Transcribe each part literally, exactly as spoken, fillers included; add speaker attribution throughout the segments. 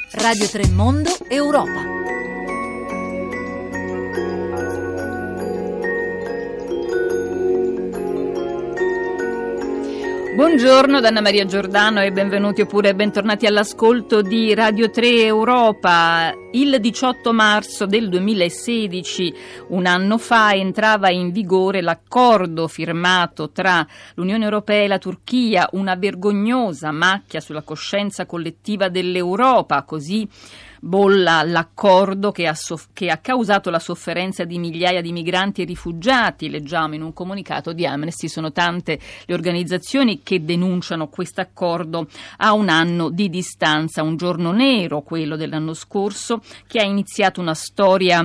Speaker 1: Radio tre Mondo Europa. Buongiorno da Anna Maria Giordano e benvenuti oppure bentornati all'ascolto di Radio tre Europa. Il diciotto marzo del duemilasedici, un anno fa, entrava in vigore l'accordo firmato tra l'Unione Europea e la Turchia, una vergognosa macchia sulla coscienza collettiva dell'Europa, così bolla l'accordo che ha, soff- che ha causato la sofferenza di migliaia di migranti e rifugiati. Leggiamo in un comunicato di Amnesty, sono tante le organizzazioni che denunciano questo accordo a un anno di distanza, un giorno nero, quello dell'anno scorso, che ha iniziato una storia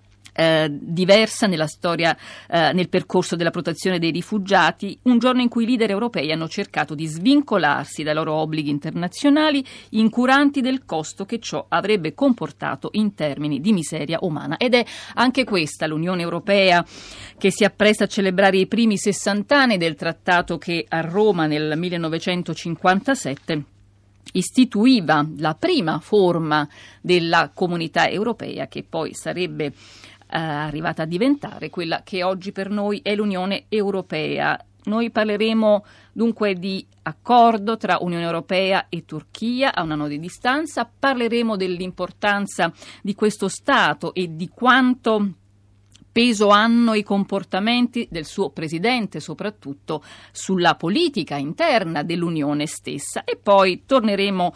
Speaker 1: Eh, diversa nella storia, eh, nel percorso della protezione dei rifugiati, un giorno in cui i leader europei hanno cercato di svincolarsi dai loro obblighi internazionali, incuranti del costo che ciò avrebbe comportato in termini di miseria umana. Ed è anche questa l'Unione Europea che si appresta a celebrare i primi sessanta anni del trattato che a Roma nel millenovecentocinquantasette istituiva la prima forma della comunità europea, che poi sarebbe Uh, arrivata a diventare quella che oggi per noi è l'Unione Europea. Noi parleremo dunque di accordo tra Unione Europea e Turchia a un anno di distanza, parleremo dell'importanza di questo Stato e di quanto peso hanno i comportamenti del suo presidente, soprattutto sulla politica interna dell'Unione stessa, e poi torneremo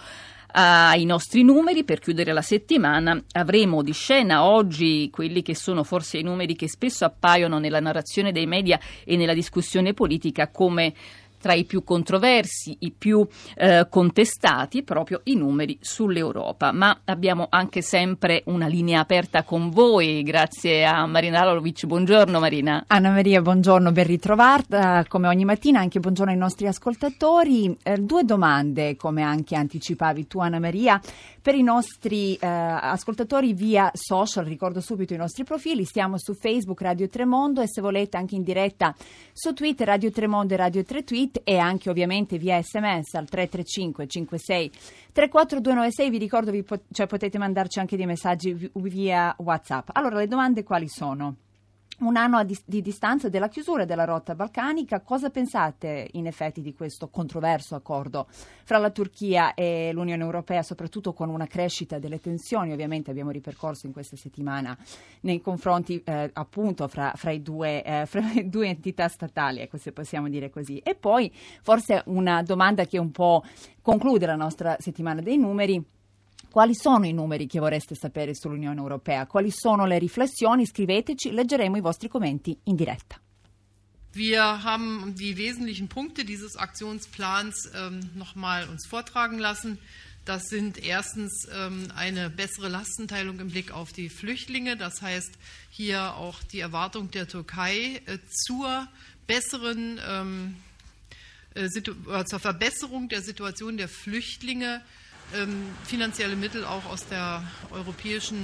Speaker 1: ai nostri numeri per chiudere la settimana. Avremo di scena oggi quelli che sono forse i numeri che spesso appaiono nella narrazione dei media e nella discussione politica come tra i più controversi, i più eh, contestati, proprio i numeri sull'Europa. Ma abbiamo anche sempre una linea aperta con voi, grazie a Marina Lalovic. Buongiorno Marina.
Speaker 2: Anna Maria, buongiorno, ben ritrovata. Come ogni mattina, anche buongiorno ai nostri ascoltatori. Eh, due domande, come anche anticipavi tu Anna Maria, per i nostri eh, ascoltatori via social. Ricordo subito i nostri profili, stiamo su Facebook Radio Tremondo e se volete anche in diretta su Twitter Radio Tremondo e Radio tre Tweet, e anche ovviamente via sms al tre tre cinque cinque sei tre quattro due nove sei. Vi ricordo vi po- cioè potete mandarci anche dei messaggi vi- via WhatsApp. Allora, le domande quali sono? Un anno a di, di distanza della chiusura della rotta balcanica, cosa pensate in effetti di questo controverso accordo fra la Turchia e l'Unione Europea, soprattutto con una crescita delle tensioni, ovviamente abbiamo ripercorso in questa settimana, nei confronti eh, appunto fra, fra, i due, eh, fra le due entità statali, ecco, se possiamo dire così. E poi forse una domanda che un po' conclude la nostra settimana dei numeri: quali sono i numeri che vorreste sapere sull'Unione Europea? Quali sono le riflessioni? Scriveteci, leggeremo i vostri commenti in diretta.
Speaker 3: Wir haben die wesentlichen Punkte dieses Aktionsplans ähm, nochmal uns vortragen lassen. Das sind erstens ähm, eine bessere Lastenteilung im Blick auf die Flüchtlinge. Das heißt, hier auch die Erwartung der Türkei äh, zur besseren, ähm, äh, Situ- äh, zur Verbesserung der Situation der Flüchtlinge, finanzielle Mittel auch aus der Europäischen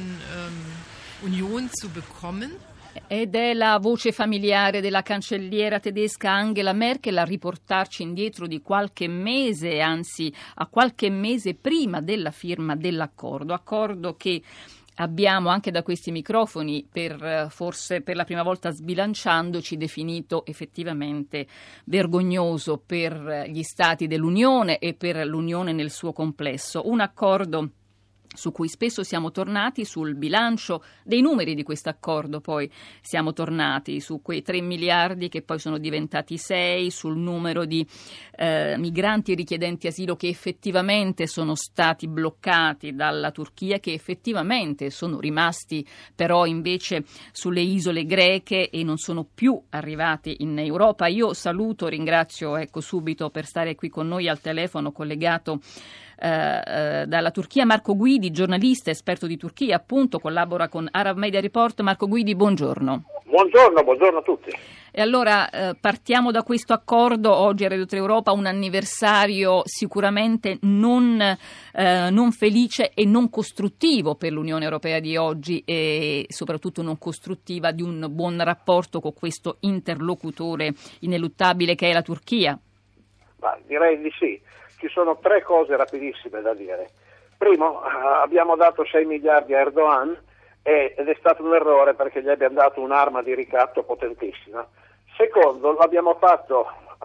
Speaker 3: ähm, Union zu bekommen.
Speaker 1: Ed è la voce familiare della cancelliera tedesca Angela Merkel a riportarci indietro di qualche mese, anzi a qualche mese prima della firma dell'accordo, accordo che abbiamo anche da questi microfoni, per forse per la prima volta sbilanciandoci, definito effettivamente vergognoso per gli Stati dell'Unione e per l'Unione nel suo complesso. Un accordo su cui spesso siamo tornati, sul bilancio dei numeri di questo accordo, poi siamo tornati su quei tre miliardi che poi sono diventati sei, sul numero di eh, migranti e richiedenti asilo che effettivamente sono stati bloccati dalla Turchia, che effettivamente sono rimasti però invece sulle isole greche e non sono più arrivati in Europa. Io saluto, ringrazio ecco subito per stare qui con noi al telefono collegato Eh, eh, dalla Turchia Marco Guidi, giornalista, esperto di Turchia, appunto, collabora con Arab Media Report. Marco Guidi, buongiorno.
Speaker 4: Buongiorno, buongiorno a tutti.
Speaker 1: E allora eh, partiamo da questo accordo. Oggi a Radio tre Europa un anniversario sicuramente non, eh, non felice e non costruttivo per l'Unione Europea di oggi, e soprattutto non costruttiva di un buon rapporto con questo interlocutore ineluttabile che è la Turchia.
Speaker 4: Ma direi di sì. Ci sono tre cose rapidissime da dire. Primo, abbiamo dato sei miliardi a Erdogan ed è stato un errore perché gli abbiamo dato un'arma di ricatto potentissima. Secondo, l'abbiamo fatto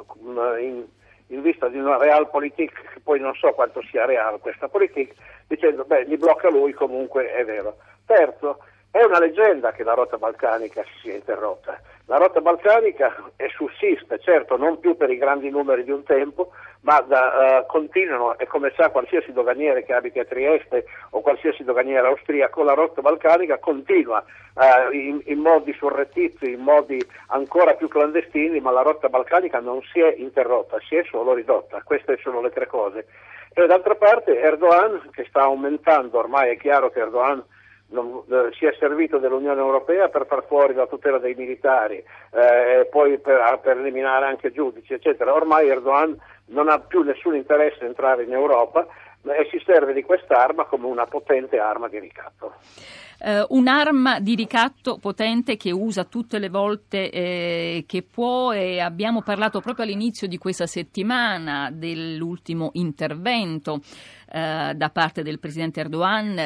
Speaker 4: in, in vista di una realpolitik, che poi non so quanto sia reale questa politik, dicendo beh, li blocca lui, comunque è vero. Terzo, è una leggenda che la rotta balcanica si sia interrotta. La rotta balcanica è, sussiste, certo non più per i grandi numeri di un tempo, ma da, uh, continuano, e come sa qualsiasi doganiere che abiti a Trieste o qualsiasi doganiere austriaco, la rotta balcanica continua uh, in, in modi surrettizi, in modi ancora più clandestini, ma la rotta balcanica non si è interrotta, si è solo ridotta. Queste sono le tre cose. E d'altra parte Erdogan, che sta aumentando, ormai è chiaro che Erdogan Non, eh, si è servito dell'Unione Europea per far fuori la tutela dei militari, eh, e poi per, per eliminare anche giudici, eccetera. Ormai Erdogan non ha più nessun interesse a entrare in Europa e si serve di quest'arma come una potente arma di ricatto.
Speaker 1: Uh, un'arma di ricatto potente che usa tutte le volte eh, che può, e abbiamo parlato proprio all'inizio di questa settimana dell'ultimo intervento uh, da parte del presidente Erdogan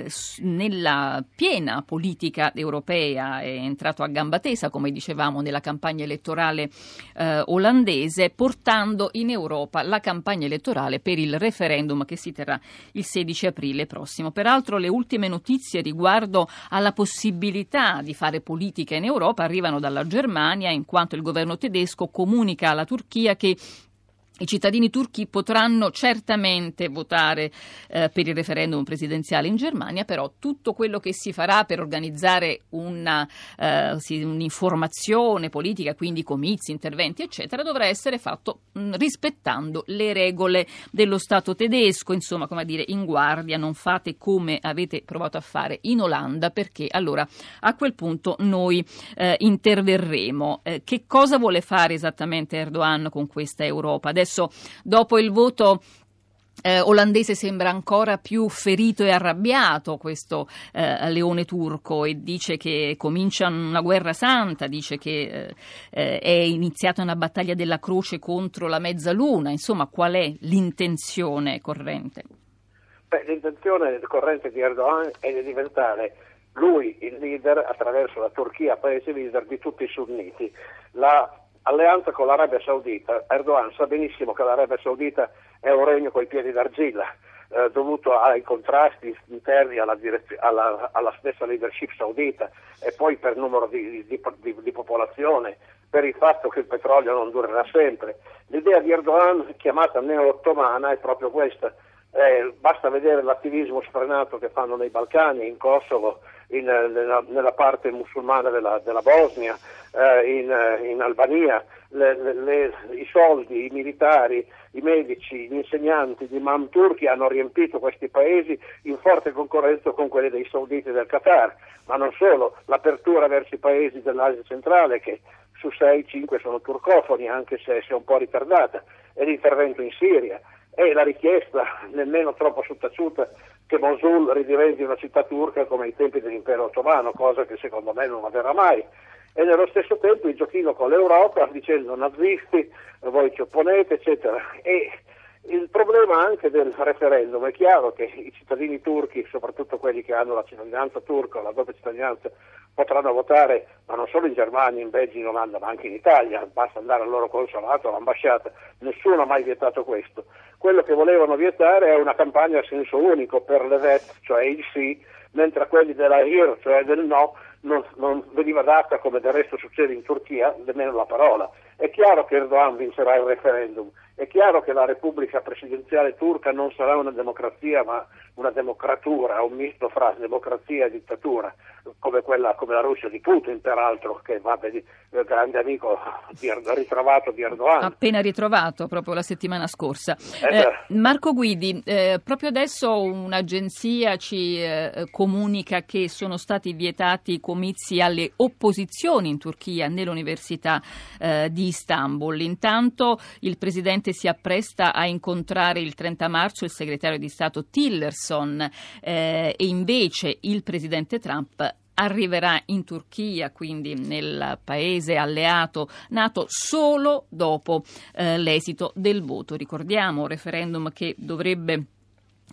Speaker 1: nella piena politica europea. È entrato a gamba tesa, come dicevamo, nella campagna elettorale eh, olandese, portando in Europa la campagna elettorale per il referendum che si terrà il sedici aprile prossimo. Peraltro le ultime notizie riguardo alla possibilità di fare politica in Europa arrivano dalla Germania, in quanto il governo tedesco comunica alla Turchia che i cittadini turchi potranno certamente votare eh, per il referendum presidenziale in Germania, però tutto quello che si farà per organizzare una, eh, sì, un'informazione politica, quindi comizi, interventi, eccetera, dovrà essere fatto mh, rispettando le regole dello Stato tedesco. Insomma, come a dire, in guardia, non fate come avete provato a fare in Olanda, perché allora a quel punto noi eh, interverremo. Eh, che cosa vuole fare esattamente Erdogan con questa Europa? Adesso Adesso, dopo il voto eh, olandese, sembra ancora più ferito e arrabbiato questo eh, leone turco, e dice che comincia una guerra santa, dice che eh, è iniziata una battaglia della croce contro la mezzaluna. Insomma, qual è l'intenzione corrente?
Speaker 4: Beh, l'intenzione corrente di Erdogan è di diventare lui il leader, attraverso la Turchia, paese leader di tutti i sunniti. La alleanza con l'Arabia Saudita, Erdogan sa benissimo che l'Arabia Saudita è un regno coi piedi d'argilla, eh, dovuto ai contrasti interni alla, direz- alla, alla stessa leadership saudita, e poi per numero di, di, di, di popolazione, per il fatto che il petrolio non durerà sempre. L'idea di Erdogan, chiamata neo-ottomana, è proprio questa. Eh, basta vedere l'attivismo sfrenato che fanno nei Balcani, in Kosovo, in, nella, nella parte musulmana della, della Bosnia, eh, in, in Albania, le, le, le, i soldi, i militari, i medici, gli insegnanti, gli imam turchi hanno riempito questi paesi in forte concorrenza con quelli dei sauditi e del Qatar, ma non solo, l'apertura verso i paesi dell'Asia centrale, che su sei cinque sono turcofoni, anche se sia un po' ritardata, e l'intervento in Siria, e la richiesta, nemmeno troppo sottaciuta, che Mosul ridiventi una città turca come ai tempi dell'impero ottomano, cosa che secondo me non avverrà mai. E nello stesso tempo il giochino con l'Europa, dicendo nazisti, voi ci opponete, eccetera. E il problema anche del referendum, è chiaro che i cittadini turchi, soprattutto quelli che hanno la cittadinanza turca o la doppia cittadinanza, potranno votare, ma non solo in Germania, in Belgio, in Olanda, ma anche in Italia, basta andare al loro consolato, all'ambasciata, nessuno ha mai vietato questo. Quello che volevano vietare è una campagna a senso unico per l'EVET, cioè il sì, mentre quelli della IR, cioè del no, non, non veniva data, come del resto succede in Turchia, nemmeno la parola. È chiaro che Erdogan vincerà il referendum, è chiaro che la Repubblica presidenziale turca non sarà una democrazia, ma una democratura, un misto fra democrazia e dittatura, come quella come la Russia di Putin, peraltro, che va il grande amico di, ritrovato di Erdogan.
Speaker 1: Appena ritrovato proprio la settimana scorsa.
Speaker 4: Eh,
Speaker 1: eh, Marco Guidi, eh, proprio adesso un'agenzia ci eh, comunica che sono stati vietati i comizi alle opposizioni in Turchia nell'Università eh, di Istanbul. Intanto il presidente si appresta a incontrare il trenta marzo il segretario di Stato Tillerson eh, e invece il presidente Trump arriverà in Turchia, quindi nel paese alleato NATO, solo dopo eh, l'esito del voto. Ricordiamo, referendum che dovrebbe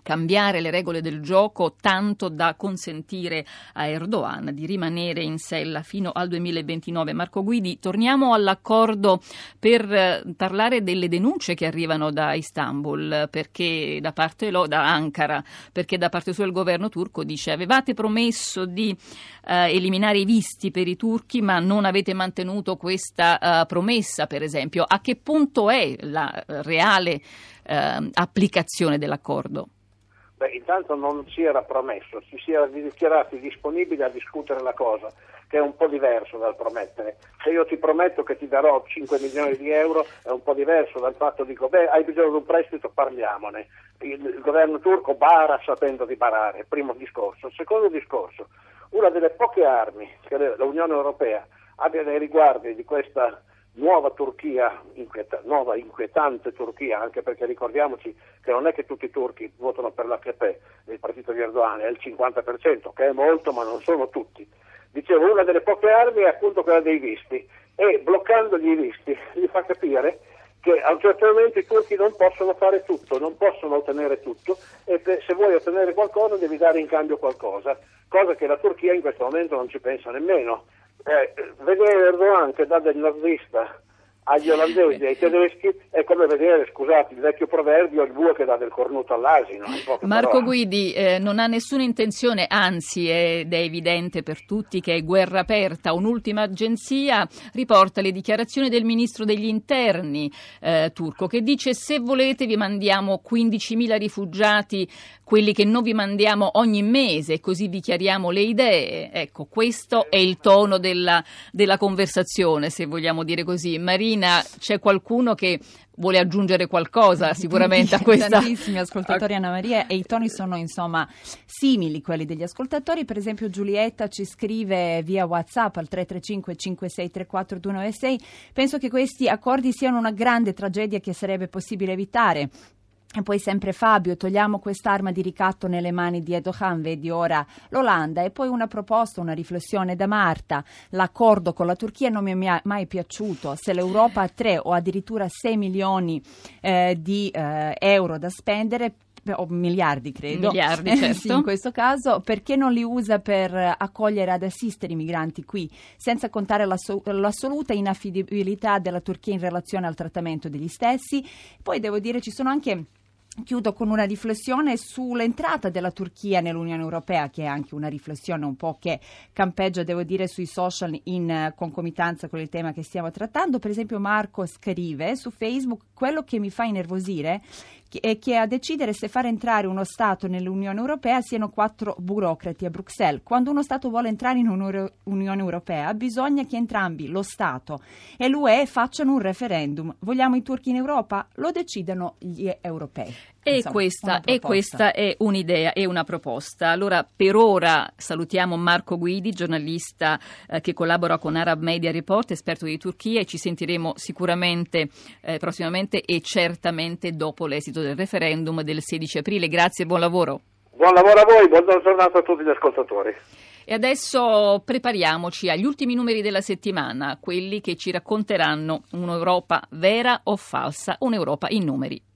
Speaker 1: cambiare le regole del gioco tanto da consentire a Erdogan di rimanere in sella fino al duemilaventinove. Marco Guidi, torniamo all'accordo per eh, parlare delle denunce che arrivano da Istanbul, perché da parte lo, da Ankara, perché da parte sua il governo turco dice: avevate promesso di eh, eliminare i visti per i turchi, ma non avete mantenuto questa eh, promessa, per esempio. A che punto è la eh, reale eh, applicazione dell'accordo?
Speaker 4: Beh, intanto non si era promesso, si si era dichiarati disponibili a discutere la cosa, che è un po' diverso dal promettere. Se io ti prometto che ti darò cinque milioni di euro è un po' diverso dal fatto dico, beh, hai bisogno di un prestito, parliamone. Il, il governo turco bara sapendo di barare, primo discorso. Secondo discorso, una delle poche armi che l'Unione Europea abbia nei riguardi di questa nuova Turchia, inquieta, nuova inquietante Turchia, anche perché ricordiamoci che non è che tutti i turchi votano per l'A K P, il partito di Erdogan, è il cinquanta per cento, che è molto, ma non sono tutti. Dicevo, una delle poche armi è appunto quella dei visti, e bloccandogli i visti gli fa capire che a un certo momento i turchi non possono fare tutto, non possono ottenere tutto, e se vuoi ottenere qualcosa devi dare in cambio qualcosa, cosa che la Turchia in questo momento non ci pensa nemmeno. Eh, vedere Erdogan che dà del nazista agli olandesi e ai tedeschi è come vedere, scusate, il vecchio proverbio, il bue che dà del cornuto all'asino.
Speaker 1: Marco
Speaker 4: parole.
Speaker 1: Guidi eh, non ha nessuna intenzione, anzi ed è evidente per tutti che è guerra aperta. Un'ultima agenzia riporta le dichiarazioni del ministro degli interni eh, turco, che dice: se volete vi mandiamo quindicimila rifugiati, quelli che non vi mandiamo ogni mese, così vi chiariamo le idee. Ecco, questo è il tono della, della conversazione, se vogliamo dire così. Marina, c'è qualcuno che vuole aggiungere qualcosa sicuramente a questa?
Speaker 2: Tantissimi ascoltatori, Anna Maria, e i toni sono insomma simili quelli degli ascoltatori. Per esempio Giulietta ci scrive via WhatsApp al tre tre cinque cinque sei tre quattro due nove sei: penso che questi accordi siano una grande tragedia che sarebbe possibile evitare. E poi sempre Fabio: togliamo quest'arma di ricatto nelle mani di Erdogan, vedi ora l'Olanda. E poi una proposta, una riflessione da Marta: l'accordo con la Turchia non mi è mai piaciuto. Se l'Europa ha tre o addirittura sei milioni eh, di eh, euro da spendere, o miliardi credo,
Speaker 1: miliardi, certo.
Speaker 2: Sì, in questo caso, perché non li usa per accogliere ad assistere i migranti qui, senza contare l'asso- l'assoluta inaffidabilità della Turchia in relazione al trattamento degli stessi. Poi devo dire ci sono anche... Chiudo con una riflessione sull'entrata della Turchia nell'Unione Europea, che è anche una riflessione un po' che campeggia, devo dire, sui social in concomitanza con il tema che stiamo trattando. Per esempio Marco scrive su Facebook: quello che mi fa innervosire è che a decidere se far entrare uno Stato nell'Unione Europea siano quattro burocrati a Bruxelles. Quando uno Stato vuole entrare in un'Unione Europea bisogna che entrambi, lo Stato e l'U E, facciano un referendum. Vogliamo i turchi in Europa? Lo decidano gli europei.
Speaker 1: E,
Speaker 2: Insomma,
Speaker 1: questa, e questa è un'idea e una proposta. Allora, per ora salutiamo Marco Guidi, giornalista eh, che collabora con Arab Media Report, esperto di Turchia, e ci sentiremo sicuramente eh, prossimamente e certamente dopo l'esito del referendum del sedici aprile. Grazie e buon lavoro.
Speaker 4: Buon lavoro a voi, buona giornata a tutti gli ascoltatori.
Speaker 1: E adesso prepariamoci agli ultimi numeri della settimana, quelli che ci racconteranno un'Europa vera o falsa, un'Europa in numeri.